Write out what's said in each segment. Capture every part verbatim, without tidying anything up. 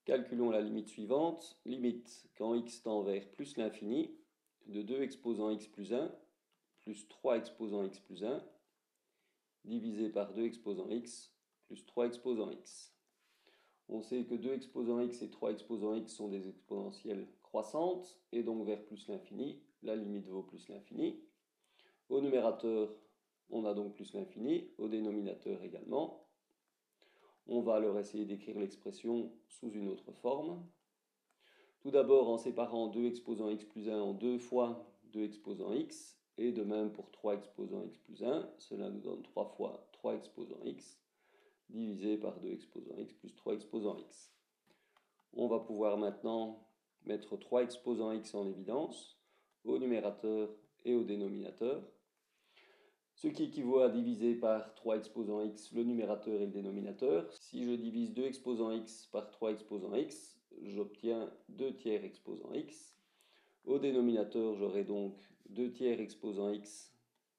Calculons la limite suivante. Limite quand x tend vers plus l'infini de deux exposant x plus un plus trois exposant x plus un divisé par deux exposant x plus trois exposant x. On sait que deux exposant x et trois exposant x sont des exponentielles croissantes et donc vers plus l'infini, la limite vaut plus l'infini. Au numérateur, on a donc plus l'infini, au dénominateur également. On va alors essayer d'écrire l'expression sous une autre forme. Tout d'abord en séparant deux exposant x plus un en deux fois deux exposant x, et de même pour trois exposant x plus un, cela nous donne trois fois trois exposant x, divisé par deux exposant x plus trois exposant x. On va pouvoir maintenant mettre trois exposant x en évidence, au numérateur et au dénominateur, ce qui équivaut à diviser par trois exposant x le numérateur et le dénominateur. Si je divise deux exposant x par trois exposant x, j'obtiens deux tiers exposant x. Au dénominateur, j'aurai donc deux tiers exposant x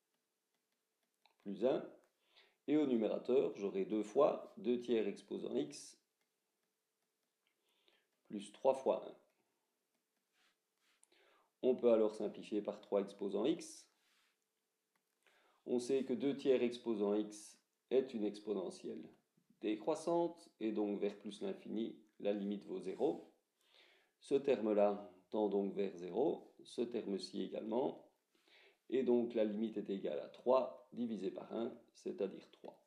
plus un. Et au numérateur, j'aurai deux fois deux tiers exposant x plus trois fois un. On peut alors simplifier par trois exposant x. On sait que deux tiers exposant x est une exponentielle décroissante, et donc vers plus l'infini, la limite vaut zéro. Ce terme-là tend donc vers zéro, ce terme-ci également, et donc la limite est égale à trois divisé par un, c'est-à-dire trois.